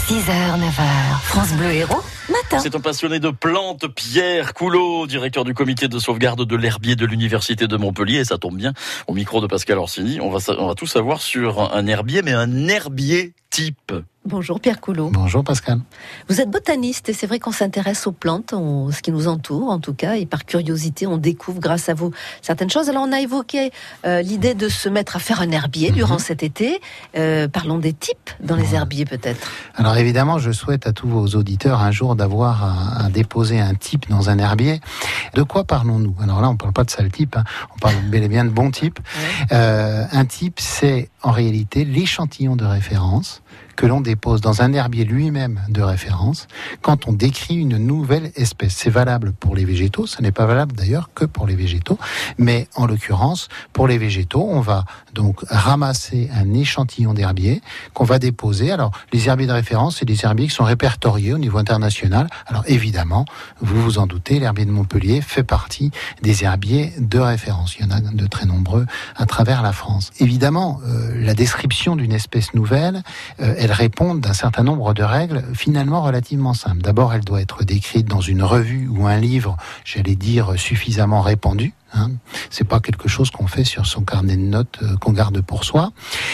6h, 9h, France Bleu Héros, matin. C'est un passionné de plantes, Pierre Coulot, directeur du comité de sauvegarde de l'herbier de l'Université de Montpellier. Et ça tombe bien, au micro de Pascal Orsini, on va tout savoir sur un herbier, mais un herbier type. Bonjour Pierre Coulot. Bonjour Pascal. Vous êtes botaniste et c'est vrai qu'on s'intéresse aux plantes, ce qui nous entoure en tout cas, et par curiosité on découvre grâce à vous certaines choses. Alors on a évoqué l'idée de se mettre à faire un herbier durant cet été. Parlons des types dans les herbiers peut-être. Alors évidemment je souhaite à tous vos auditeurs un jour d'avoir à déposer un type dans un herbier. De quoi parlons-nous? Alors là on ne parle pas de sale type, on parle bel et bien de bon type. Ouais. Un type c'est en réalité l'échantillon de référence que l'on dépose dans un herbier lui-même de référence quand on décrit une nouvelle espèce. C'est valable pour les végétaux, ce n'est pas valable d'ailleurs que pour les végétaux, mais en l'occurrence, pour les végétaux, on va donc ramasser un échantillon d'herbier qu'on va déposer. Alors, les herbiers de référence, c'est des herbiers qui sont répertoriés au niveau international. Alors, évidemment, vous vous en doutez, l'herbier de Montpellier fait partie des herbiers de référence. Il y en a de très nombreux à travers la France. Évidemment, la description d'une espèce nouvelle, elles répondent d'un certain nombre de règles finalement relativement simples. D'abord, elle doit être décrite dans une revue ou un livre, j'allais dire, suffisamment répandu. C'est pas quelque chose qu'on fait sur son carnet de notes qu'on garde pour soi.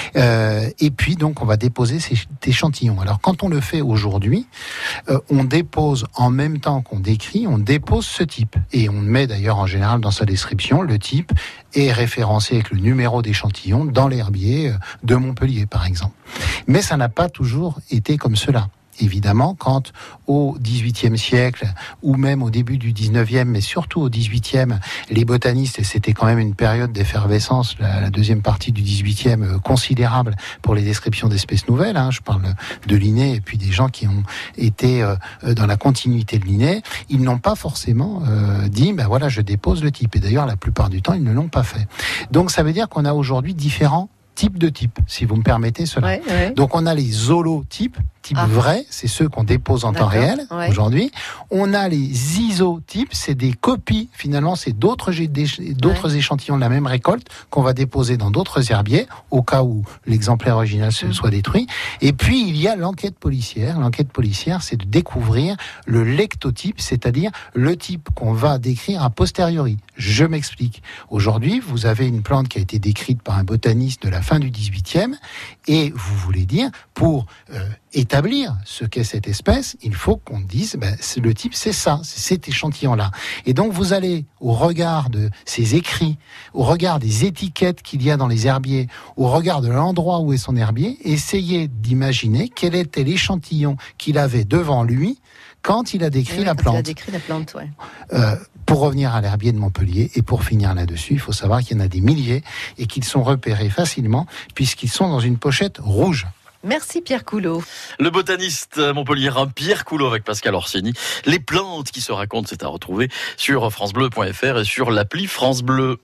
Et puis donc on va déposer cet échantillon. Alors quand on le fait aujourd'hui, on dépose en même temps qu'on décrit, on dépose ce type et on met d'ailleurs en général dans sa description le type est référencé avec le numéro d'échantillon dans l'herbier de Montpellier par exemple. Mais ça n'a pas toujours été comme cela. Évidemment, quand au XVIIIe siècle, ou même au début du XIXe, mais surtout au XVIIIe, les botanistes, et c'était quand même une période d'effervescence, la deuxième partie du XVIIIe, considérable pour les descriptions d'espèces nouvelles, je parle de Linné, et puis des gens qui ont été dans la continuité de Linné, ils n'ont pas forcément dit, voilà, je dépose le type. Et d'ailleurs, la plupart du temps, ils ne l'ont pas fait. Donc ça veut dire qu'on a aujourd'hui différents types de types, si vous me permettez cela. Ouais. Donc on a les holotypes, types vrais, c'est ceux qu'on dépose en temps réel aujourd'hui. On a les isotypes, c'est des copies, finalement, c'est d'autres échantillons de la même récolte qu'on va déposer dans d'autres herbiers, au cas où l'exemplaire original soit détruit. Et puis il y a l'enquête policière. L'enquête policière, c'est de découvrir le lectotype, c'est-à-dire le type qu'on va décrire a posteriori. Je m'explique. Aujourd'hui, vous avez une plante qui a été décrite par un botaniste de la fin du XVIIIe, et vous voulez dire, pour établir ce qu'est cette espèce, il faut qu'on dise, le type c'est ça, c'est cet échantillon-là. Et donc vous allez, au regard de ces écrits, au regard des étiquettes qu'il y a dans les herbiers, au regard de l'endroit où est son herbier, essayer d'imaginer quel était l'échantillon qu'il avait devant lui quand il a décrit la plante. Il a décrit la plante, ouais. Pour revenir à l'herbier de Montpellier, et pour finir là-dessus, il faut savoir qu'il y en a des milliers et qu'ils sont repérés facilement puisqu'ils sont dans une pochette rouge. Merci Pierre Coulot. Le botaniste montpelliérain Pierre Coulot avec Pascal Orsini. Les plantes qui se racontent, c'est à retrouver sur francebleu.fr et sur l'appli France Bleu.